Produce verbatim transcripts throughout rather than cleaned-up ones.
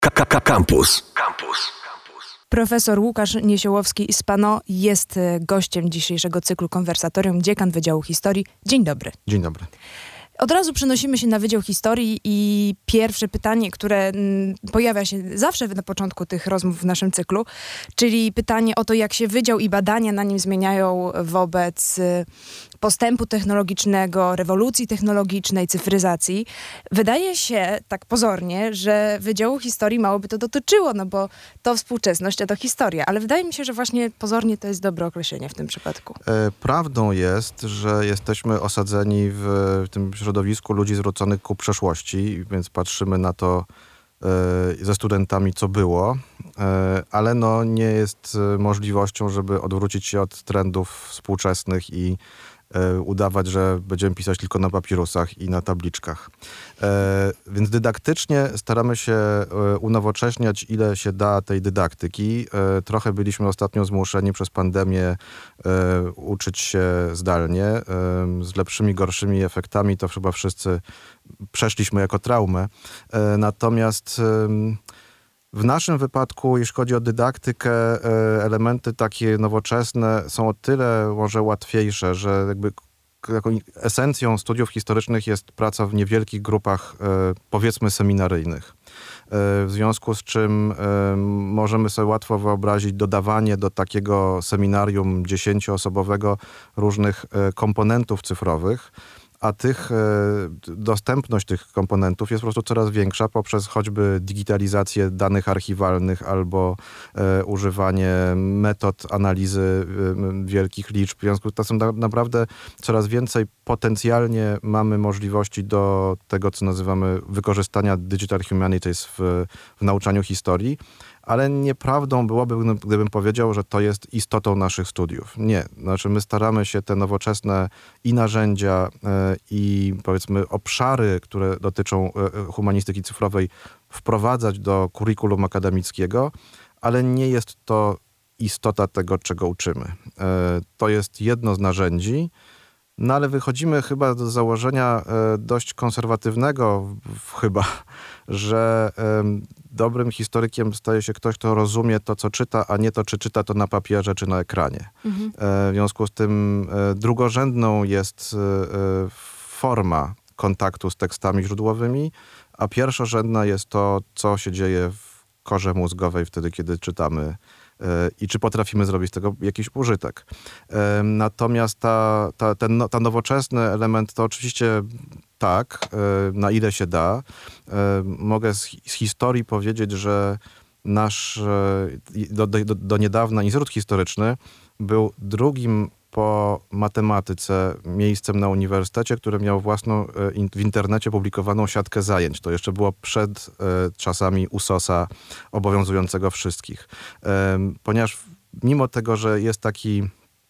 Campus. Campus. Profesor Łukasz Niesiołowski-Spano jest gościem dzisiejszego cyklu Konwersatorium, dziekan Wydziału Historii. Dzień dobry. Dzień dobry. Od razu przenosimy się na Wydział Historii i pierwsze pytanie, które mm, pojawia się zawsze na początku tych rozmów w naszym cyklu, czyli pytanie o to, jak się Wydział i badania na nim zmieniają wobec y, postępu technologicznego, rewolucji technologicznej, cyfryzacji. Wydaje się tak pozornie, że Wydziału Historii mało by to dotyczyło, no bo to współczesność, a to historia, ale wydaje mi się, że właśnie pozornie to jest dobre określenie w tym przypadku. E, prawdą jest, że jesteśmy osadzeni w, w tym środowisku ludzi zwróconych ku przeszłości, więc patrzymy na to e, ze studentami, co było, e, ale no nie jest możliwością, żeby odwrócić się od trendów współczesnych i e, udawać, że będziemy pisać tylko na papirusach i na tabliczkach. E, więc dydaktycznie staramy się e, unowocześniać, ile się da tej dydaktyki. E, trochę byliśmy ostatnio zmuszeni przez pandemię e, uczyć się zdalnie, e, z lepszymi, gorszymi efektami. To chyba wszyscy przeszliśmy jako traumę. E, natomiast e, w naszym wypadku, jeśli chodzi o dydaktykę, elementy takie nowoczesne są o tyle może łatwiejsze, że jakby taką esencją studiów historycznych jest praca w niewielkich grupach, powiedzmy seminaryjnych. W związku z czym możemy sobie łatwo wyobrazić dodawanie do takiego seminarium dziesięcioosobowego różnych komponentów cyfrowych, a tych, dostępność tych komponentów jest po prostu coraz większa poprzez choćby digitalizację danych archiwalnych albo e, używanie metod analizy e, wielkich liczb. W związku z tym to są na, naprawdę coraz więcej potencjalnie mamy możliwości do tego, co nazywamy wykorzystania digital humanities w, w nauczaniu historii. Ale nieprawdą byłoby, gdybym powiedział, że to jest istotą naszych studiów. Nie. Znaczy my staramy się te nowoczesne i narzędzia, e, i powiedzmy obszary, które dotyczą e, humanistyki cyfrowej, wprowadzać do kurikulum akademickiego, ale nie jest to istota tego, czego uczymy. E, to jest jedno z narzędzi, no ale wychodzimy chyba do założenia e, dość konserwatywnego w, chyba, że e, dobrym historykiem staje się ktoś, kto rozumie to, co czyta, a nie to, czy czyta to na papierze, czy na ekranie. Mhm. E, w związku z tym e, drugorzędną jest e, forma kontaktu z tekstami źródłowymi, a pierwszorzędna jest to, co się dzieje w korze mózgowej wtedy, kiedy czytamy i czy potrafimy zrobić z tego jakiś użytek. Natomiast ta, ta, ten, ta nowoczesny element to oczywiście tak, na ile się da. Mogę z, z historii powiedzieć, że nasz do, do, do niedawna Instytut Historyczny był drugim po matematyce miejscem na uniwersytecie, który miał własną w internecie publikowaną siatkę zajęć. To jeszcze było przed czasami U S O S-a obowiązującego wszystkich. Ponieważ mimo tego, że jest taki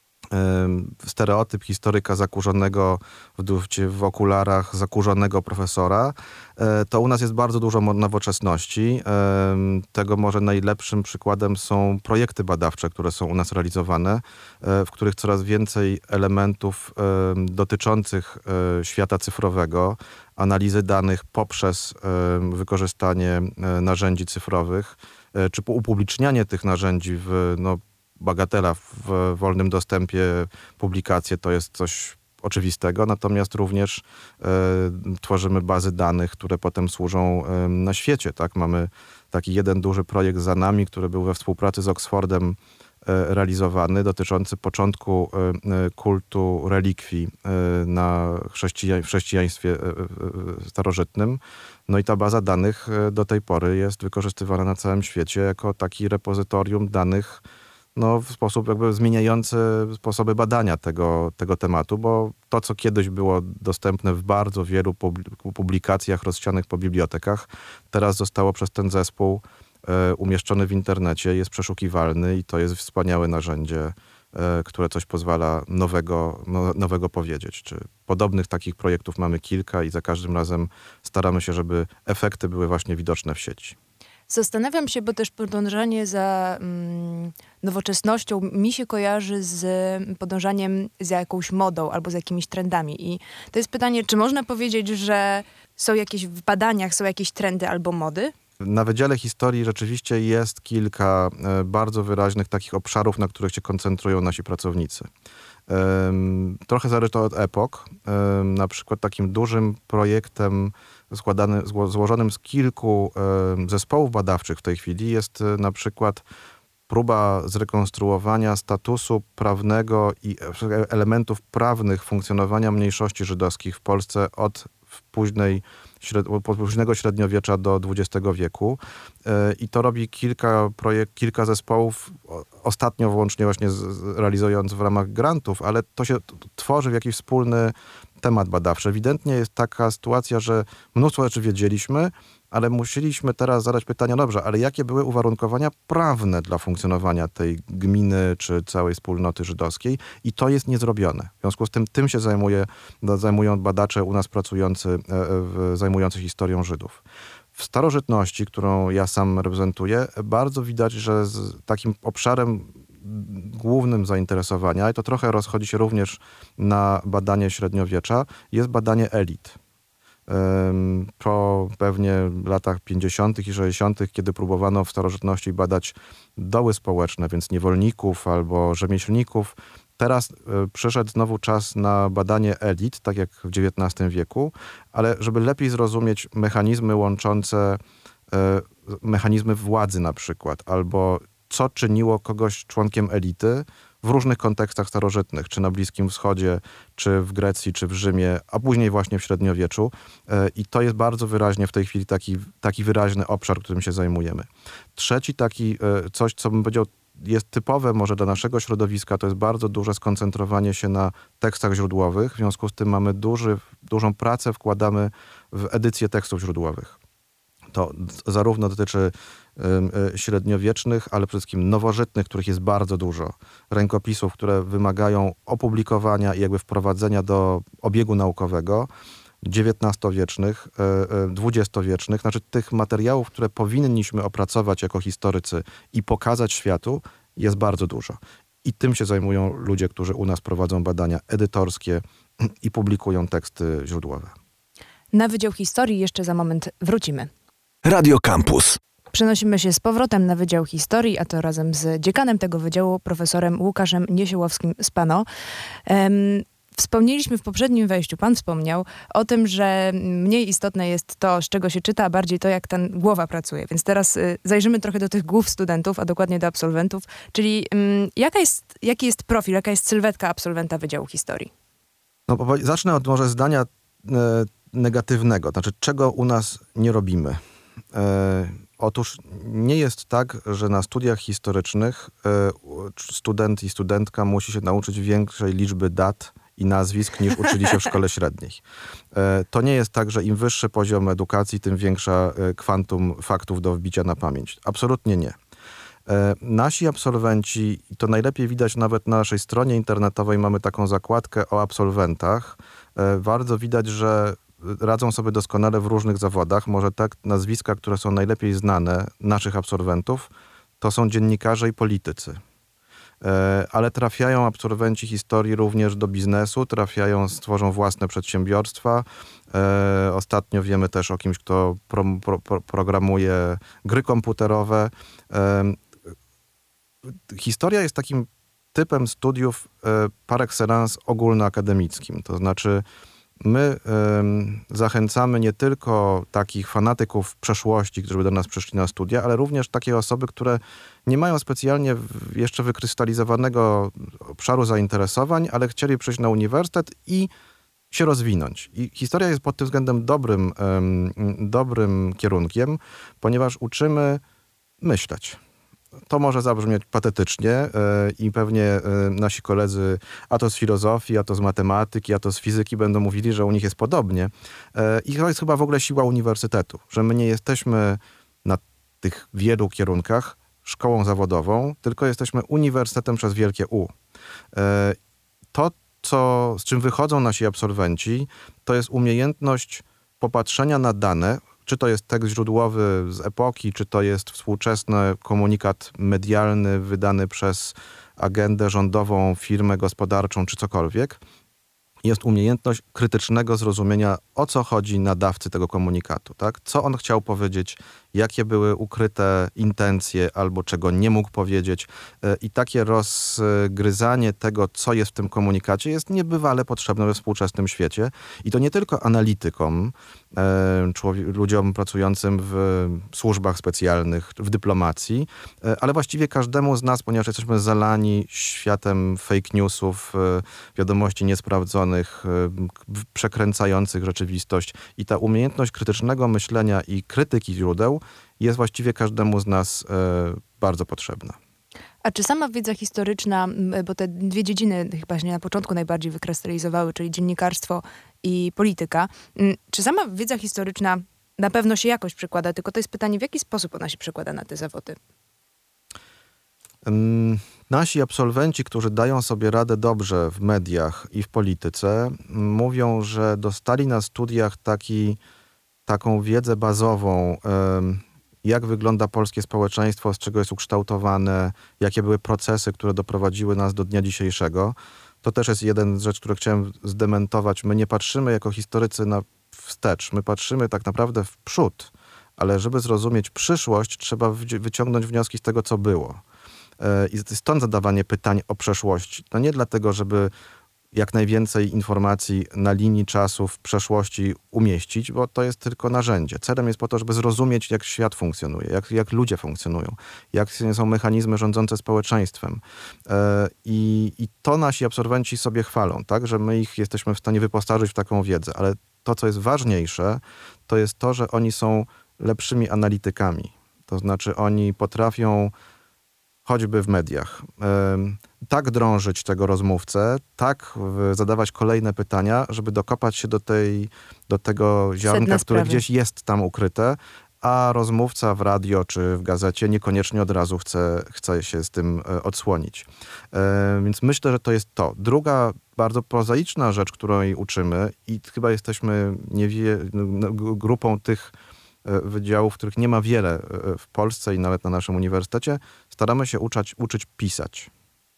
stereotyp historyka zakurzonego w, w okularach zakurzonego profesora, to u nas jest bardzo dużo nowoczesności. Tego może najlepszym przykładem są projekty badawcze, które są u nas realizowane, w których coraz więcej elementów dotyczących świata cyfrowego, analizy danych poprzez wykorzystanie narzędzi cyfrowych, czy upublicznianie tych narzędzi w no, bagatela w wolnym dostępie, publikacje to jest coś oczywistego, natomiast również e, tworzymy bazy danych, które potem służą e, na świecie. Tak? Mamy taki jeden duży projekt za nami, który był we współpracy z Oxfordem e, realizowany, dotyczący początku e, kultu relikwii e, na chrześcija- w chrześcijaństwie e, e, starożytnym. No i ta baza danych e, do tej pory jest wykorzystywana na całym świecie jako taki repozytorium danych, no, w sposób jakby zmieniający sposoby badania tego, tego tematu, bo to, co kiedyś było dostępne w bardzo wielu publikacjach rozsianych po bibliotekach, teraz zostało przez ten zespół e, umieszczone w internecie, jest przeszukiwalny i to jest wspaniałe narzędzie, e, które coś pozwala nowego, no, nowego powiedzieć. Czy podobnych takich projektów mamy kilka i za każdym razem staramy się, żeby efekty były właśnie widoczne w sieci. Zastanawiam się, bo też podążanie za mm, nowoczesnością mi się kojarzy z podążaniem za jakąś modą albo z jakimiś trendami. I to jest pytanie, czy można powiedzieć, że są jakieś w badaniach, są jakieś trendy albo mody? Na Wydziale Historii rzeczywiście jest kilka bardzo wyraźnych takich obszarów, na których się koncentrują nasi pracownicy. Trochę zależy to od epok. Na przykład takim dużym projektem składany, złożonym z kilku zespołów badawczych w tej chwili jest na przykład próba zrekonstruowania statusu prawnego i elementów prawnych funkcjonowania mniejszości żydowskich w Polsce od późnej, od późnego średniowiecza do dwudziestego wieku. I to robi kilka projekt, kilka zespołów, ostatnio włącznie właśnie z, realizując w ramach grantów, ale to się tworzy w jakiś wspólny temat badawczy. Ewidentnie jest taka sytuacja, że mnóstwo rzeczy wiedzieliśmy, ale musieliśmy teraz zadać pytania, dobrze, ale jakie były uwarunkowania prawne dla funkcjonowania tej gminy czy całej wspólnoty żydowskiej i to jest niezrobione. W związku z tym tym się zajmuje, zajmują badacze u nas pracujący, zajmujący się historią Żydów. W starożytności, którą ja sam reprezentuję, bardzo widać, że z takim obszarem głównym zainteresowania, i to trochę rozchodzi się również na badanie średniowiecza, jest badanie elit. Po pewnie latach pięćdziesiątych i sześćdziesiątych, kiedy próbowano w starożytności badać doły społeczne, więc niewolników albo rzemieślników, teraz przyszedł znowu czas na badanie elit, tak jak w dziewiętnastym wieku, ale żeby lepiej zrozumieć mechanizmy łączące, mechanizmy władzy na przykład, albo co czyniło kogoś członkiem elity w różnych kontekstach starożytnych, czy na Bliskim Wschodzie, czy w Grecji, czy w Rzymie, a później właśnie w średniowieczu. I to jest bardzo wyraźnie w tej chwili taki, taki wyraźny obszar, którym się zajmujemy. Trzeci taki, coś, co bym powiedział, jest typowe może dla naszego środowiska, to jest bardzo duże skoncentrowanie się na tekstach źródłowych. W związku z tym mamy duży, dużą pracę wkładamy w edycję tekstów źródłowych. To zarówno dotyczy y, średniowiecznych, ale przede wszystkim nowożytnych, których jest bardzo dużo. Rękopisów, które wymagają opublikowania i jakby wprowadzenia do obiegu naukowego. dziewiętnastowiecznych, y, y, dwudziestowiecznych. Znaczy tych materiałów, które powinniśmy opracować jako historycy i pokazać światu, jest bardzo dużo. I tym się zajmują ludzie, którzy u nas prowadzą badania edytorskie i publikują teksty źródłowe. Na Wydział Historii jeszcze za moment wrócimy. Radio Campus. Przenosimy się z powrotem na Wydział Historii, a to razem z dziekanem tego wydziału, profesorem Łukaszem Niesiełowskim z P A N O. Um, Wspomnieliśmy w poprzednim wejściu, pan wspomniał o tym, że mniej istotne jest to, z czego się czyta, a bardziej to, jak ta głowa pracuje. Więc teraz y, zajrzymy trochę do tych głów studentów, a dokładnie do absolwentów. Czyli y, jaka jest, jaki jest profil, jaka jest sylwetka absolwenta Wydziału Historii? No, zacznę od może zdania e, negatywnego, znaczy czego u nas nie robimy. E, otóż nie jest tak, że na studiach historycznych e, student i studentka musi się nauczyć większej liczby dat i nazwisk niż uczyli się w szkole średniej. E, to nie jest tak, że im wyższy poziom edukacji, tym większa kwantum faktów do wbicia na pamięć. Absolutnie nie. E, nasi absolwenci, i to najlepiej widać nawet na naszej stronie internetowej, mamy taką zakładkę o absolwentach. E, bardzo widać, że radzą sobie doskonale w różnych zawodach. Może tak nazwiska, które są najlepiej znane naszych absolwentów, to są dziennikarze i politycy. E, ale trafiają absolwenci historii również do biznesu, trafiają, stworzą własne przedsiębiorstwa. E, ostatnio wiemy też o kimś, kto pro, pro, pro, programuje gry komputerowe. E, historia jest takim typem studiów e, par excellence ogólnoakademickim. To znaczy my y, zachęcamy nie tylko takich fanatyków przeszłości, którzy do nas przyszli na studia, ale również takie osoby, które nie mają specjalnie w, jeszcze wykrystalizowanego obszaru zainteresowań, ale chcieli przyjść na uniwersytet i się rozwinąć. I historia jest pod tym względem dobrym, y, dobrym kierunkiem, ponieważ uczymy myśleć. To może zabrzmieć patetycznie yy, i pewnie yy, nasi koledzy, a to z filozofii, a to z matematyki, a to z fizyki będą mówili, że u nich jest podobnie. Yy, I to jest chyba w ogóle siła uniwersytetu, że my nie jesteśmy na tych wielu kierunkach szkołą zawodową, tylko jesteśmy uniwersytetem przez wielkie U. Yy, to, co, z czym wychodzą nasi absolwenci, to jest umiejętność popatrzenia na dane, czy to jest tekst źródłowy z epoki, czy to jest współczesny komunikat medialny wydany przez agendę rządową, firmę gospodarczą, czy cokolwiek. jest umiejętność krytycznego zrozumienia, o co chodzi nadawcy tego komunikatu, tak? Co on chciał powiedzieć, jakie były ukryte intencje albo czego nie mógł powiedzieć. I takie rozgryzanie tego, co jest w tym komunikacie, jest niebywale potrzebne we współczesnym świecie. I to nie tylko analitykom, człowiek, ludziom pracującym w służbach specjalnych, w dyplomacji, ale właściwie każdemu z nas, ponieważ jesteśmy zalani światem fake newsów, wiadomości niesprawdzonych, przekręcających rzeczywistość. I ta umiejętność krytycznego myślenia i krytyki źródeł jest właściwie każdemu z nas bardzo potrzebna. A czy sama wiedza historyczna, bo te dwie dziedziny chyba się na początku najbardziej wykrystalizowały, czyli dziennikarstwo i polityka, czy sama wiedza historyczna na pewno się jakoś przekłada, tylko to jest pytanie, w jaki sposób ona się przekłada na te zawody? Nasi absolwenci, którzy dają sobie radę dobrze w mediach i w polityce, mówią, że dostali na studiach taki, taką wiedzę bazową, jak wygląda polskie społeczeństwo, z czego jest ukształtowane, jakie były procesy, które doprowadziły nas do dnia dzisiejszego. To też jest jeden z rzeczy, które chciałem zdementować. My nie patrzymy jako historycy na wstecz, my patrzymy tak naprawdę w przód, ale żeby zrozumieć przyszłość, trzeba wyciągnąć wnioski z tego, co było. I stąd zadawanie pytań o przeszłość. To nie dlatego, żeby jak najwięcej informacji na linii czasu w przeszłości umieścić, bo to jest tylko narzędzie. Celem jest po to, żeby zrozumieć, jak świat funkcjonuje, jak, jak ludzie funkcjonują, jak są mechanizmy rządzące społeczeństwem. I, i to nasi absolwenci sobie chwalą, tak, że my ich jesteśmy w stanie wyposażyć w taką wiedzę. Ale to, co jest ważniejsze, to jest to, że oni są lepszymi analitykami. To znaczy oni potrafią choćby w mediach, tak drążyć tego rozmówcę, tak zadawać kolejne pytania, żeby dokopać się do, tej, do tego ziarnka, które gdzieś jest tam ukryte, a rozmówca w radio czy w gazecie niekoniecznie od razu chce, chce się z tym odsłonić. Więc myślę, że to jest to. Druga bardzo prozaiczna rzecz, której uczymy i chyba jesteśmy niewie, grupą tych wydziałów, których nie ma wiele w Polsce i nawet na naszym uniwersytecie, staramy się uczyć, uczyć pisać.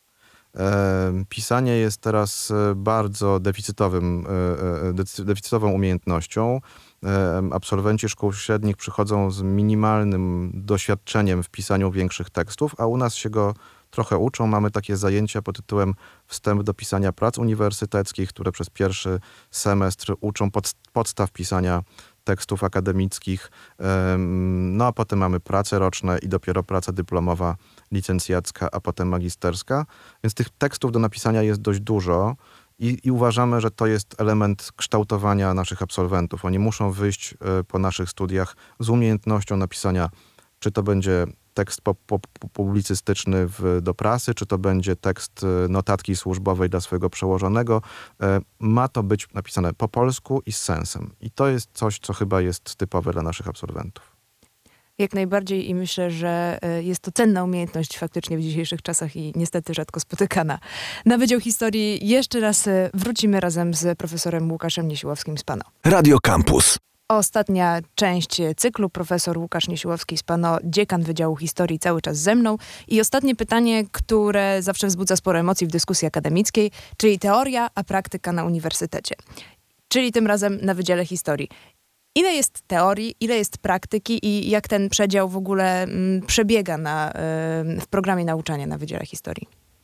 Pisanie jest teraz bardzo deficytowym, deficytową umiejętnością. Absolwenci szkół średnich przychodzą z minimalnym doświadczeniem w pisaniu większych tekstów, a u nas się go trochę uczą. Mamy takie zajęcia pod tytułem Wstęp do pisania prac uniwersyteckich, które przez pierwszy semestr uczą pod, podstaw pisania tekstów akademickich, no a potem mamy prace roczne i dopiero praca dyplomowa, licencjacka, a potem magisterska. Więc tych tekstów do napisania jest dość dużo i, i uważamy, że to jest element kształtowania naszych absolwentów. Oni muszą wyjść po naszych studiach z umiejętnością napisania, czy to będzie tekst po, po, publicystyczny w, do prasy, czy to będzie tekst notatki służbowej dla swojego przełożonego. E, ma to być napisane po polsku i z sensem. I to jest coś, co chyba jest typowe dla naszych absolwentów. Jak najbardziej i myślę, że jest to cenna umiejętność faktycznie w dzisiejszych czasach i niestety rzadko spotykana. Na Wydział Historii jeszcze raz wrócimy razem z profesorem Łukaszem Niesiłowskim z PANO. Radio Campus. Ostatnia część cyklu, profesor Łukasz Niesiłowski z PANO, dziekan Wydziału Historii, cały czas ze mną. I ostatnie pytanie, które zawsze wzbudza sporo emocji w dyskusji akademickiej, czyli teoria, a praktyka na uniwersytecie. Czyli tym razem na Wydziale Historii. Ile jest teorii, ile jest praktyki i jak ten przedział w ogóle m, przebiega na, y, w programie nauczania na Wydziale Historii?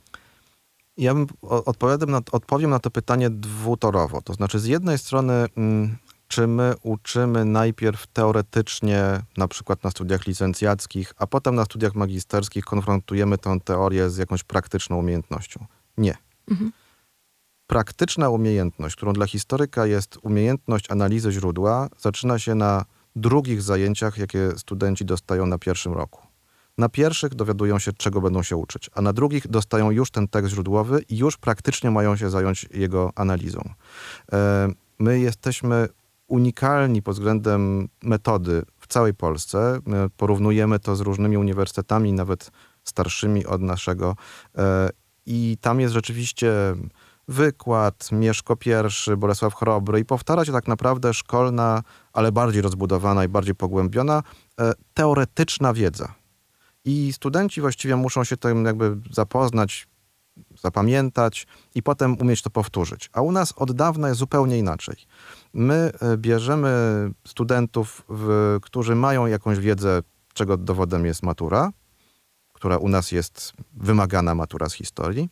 Ja bym odpowiadam na, odpowiem na to pytanie dwutorowo. To znaczy z jednej strony... Mm, czy my uczymy najpierw teoretycznie, na przykład na studiach licencjackich, a potem na studiach magisterskich konfrontujemy tę teorię z jakąś praktyczną umiejętnością? Nie. Mhm. Praktyczna umiejętność, którą dla historyka jest umiejętność analizy źródła, zaczyna się na drugich zajęciach, jakie studenci dostają na pierwszym roku. Na pierwszych dowiadują się, czego będą się uczyć, a na drugich dostają już ten tekst źródłowy i już praktycznie mają się zająć jego analizą. My jesteśmy unikalni pod względem metody w całej Polsce. My porównujemy to z różnymi uniwersytetami, nawet starszymi od naszego. I tam jest rzeczywiście wykład, Mieszko I, Bolesław Chrobry i powtarza się tak naprawdę szkolna, ale bardziej rozbudowana i bardziej pogłębiona, teoretyczna wiedza. I studenci właściwie muszą się tym jakby zapoznać zapamiętać i potem umieć to powtórzyć. A u nas od dawna jest zupełnie inaczej. My bierzemy studentów, w, którzy mają jakąś wiedzę, czego dowodem jest matura, która u nas jest wymagana, matura z historii,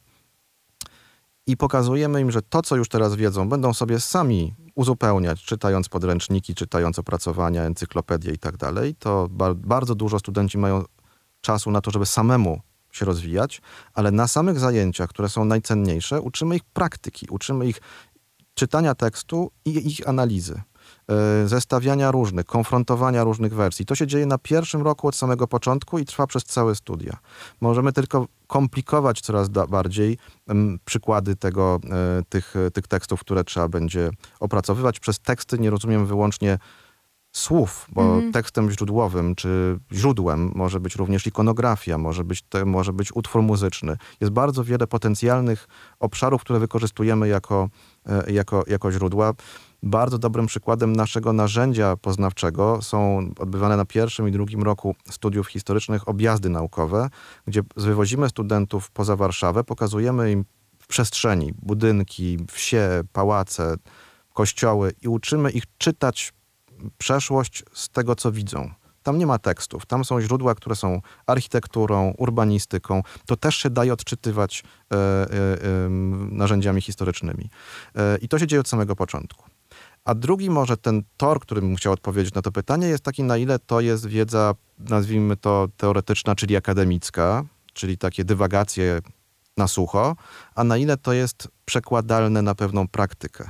i pokazujemy im, że to, co już teraz wiedzą, będą sobie sami uzupełniać, czytając podręczniki, czytając opracowania, encyklopedie i tak dalej. To ba- bardzo dużo studenci mają czasu na to, żeby samemu się rozwijać, ale na samych zajęciach, które są najcenniejsze, uczymy ich praktyki, uczymy ich czytania tekstu i ich analizy, yy, zestawiania różnych, konfrontowania różnych wersji. To się dzieje na pierwszym roku od samego początku i trwa przez całe studia. Możemy tylko komplikować coraz da- bardziej um, przykłady tego, y, tych, tych tekstów, które trzeba będzie opracowywać. Przez teksty nie rozumiem wyłącznie słów, bo mm. tekstem źródłowym czy źródłem może być również ikonografia, może być, te, może być utwór muzyczny. Jest bardzo wiele potencjalnych obszarów, które wykorzystujemy jako, e, jako, jako źródła. Bardzo dobrym przykładem naszego narzędzia poznawczego są odbywane na pierwszym i drugim roku studiów historycznych objazdy naukowe, gdzie wywozimy studentów poza Warszawę, pokazujemy im w przestrzeni budynki, wsie, pałace, kościoły i uczymy ich czytać przeszłość z tego, co widzą. Tam nie ma tekstów. Tam są źródła, które są architekturą, urbanistyką. To też się daje odczytywać e, e, e, narzędziami historycznymi. E, I to się dzieje od samego początku. A drugi może ten tor, którym bym chciał odpowiedzieć na to pytanie, jest taki, na ile to jest wiedza, nazwijmy to teoretyczna, czyli akademicka, czyli takie dywagacje na sucho, a na ile to jest przekładalne na pewną praktykę.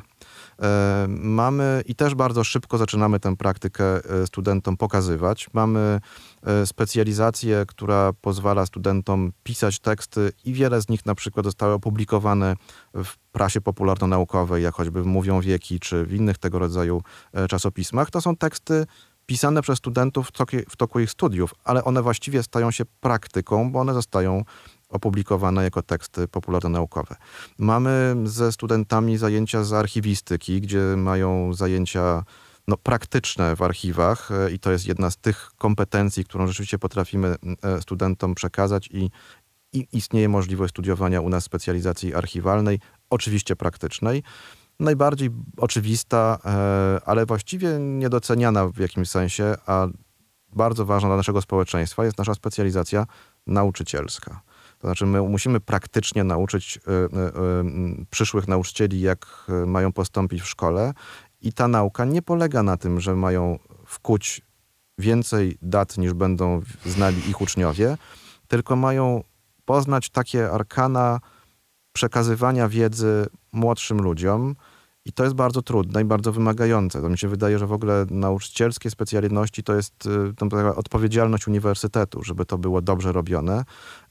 Mamy i też bardzo szybko zaczynamy tę praktykę studentom pokazywać. Mamy specjalizację, która pozwala studentom pisać teksty i wiele z nich na przykład zostały opublikowane w prasie popularno-naukowej, jak choćby w Mówią Wieki, czy w innych tego rodzaju czasopismach. To są teksty pisane przez studentów w toku, w toku ich studiów, ale one właściwie stają się praktyką, bo one zostają opublikowane jako teksty popularno-naukowe. Mamy ze studentami zajęcia z archiwistyki, gdzie mają zajęcia no, praktyczne w archiwach i to jest jedna z tych kompetencji, którą rzeczywiście potrafimy studentom przekazać i, i istnieje możliwość studiowania u nas specjalizacji archiwalnej, oczywiście praktycznej. Najbardziej oczywista, ale właściwie niedoceniana w jakimś sensie, a bardzo ważna dla naszego społeczeństwa jest nasza specjalizacja nauczycielska. To znaczy my musimy praktycznie nauczyć y, y, y, przyszłych nauczycieli, jak mają postąpić w szkole i ta nauka nie polega na tym, że mają wkuć więcej dat niż będą znali ich uczniowie, tylko mają poznać takie arkana przekazywania wiedzy młodszym ludziom i to jest bardzo trudne i bardzo wymagające. To mi się wydaje, że w ogóle nauczycielskie specjalności to jest to taka odpowiedzialność uniwersytetu, żeby to było dobrze robione.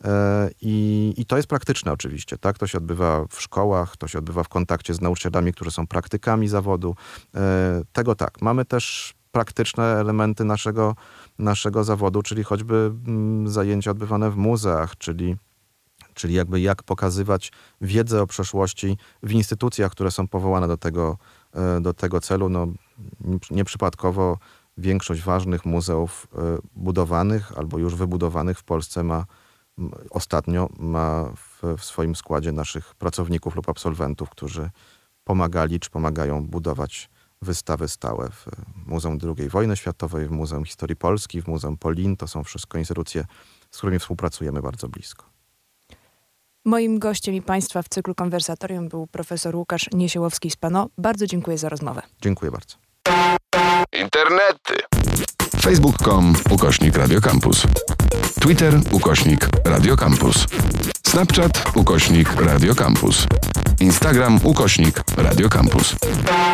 I, i to jest praktyczne oczywiście, tak? To się odbywa w szkołach, to się odbywa w kontakcie z nauczycielami, którzy są praktykami zawodu. Tego tak. Mamy też praktyczne elementy naszego, naszego zawodu, czyli choćby zajęcia odbywane w muzeach, czyli Czyli jakby jak pokazywać wiedzę o przeszłości w instytucjach, które są powołane do tego, do tego celu. No, nieprzypadkowo większość ważnych muzeów budowanych albo już wybudowanych w Polsce ma ostatnio ma w, w swoim składzie naszych pracowników lub absolwentów, którzy pomagali czy pomagają budować wystawy stałe w Muzeum drugiej Wojny Światowej, w Muzeum Historii Polski, w Muzeum Polin. To są wszystko instytucje, z którymi współpracujemy bardzo blisko. Moim gościem i Państwa w cyklu Konwersatorium był profesor Łukasz Niesiełowski z P A N O. Bardzo dziękuję za rozmowę. Dziękuję bardzo. Internety. Facebook kropka com ukośnik Radio Campus. Twitter ukośnik Radio Campus. Snapchat ukośnik Radio Campus. Instagram ukośnik Radio Campus.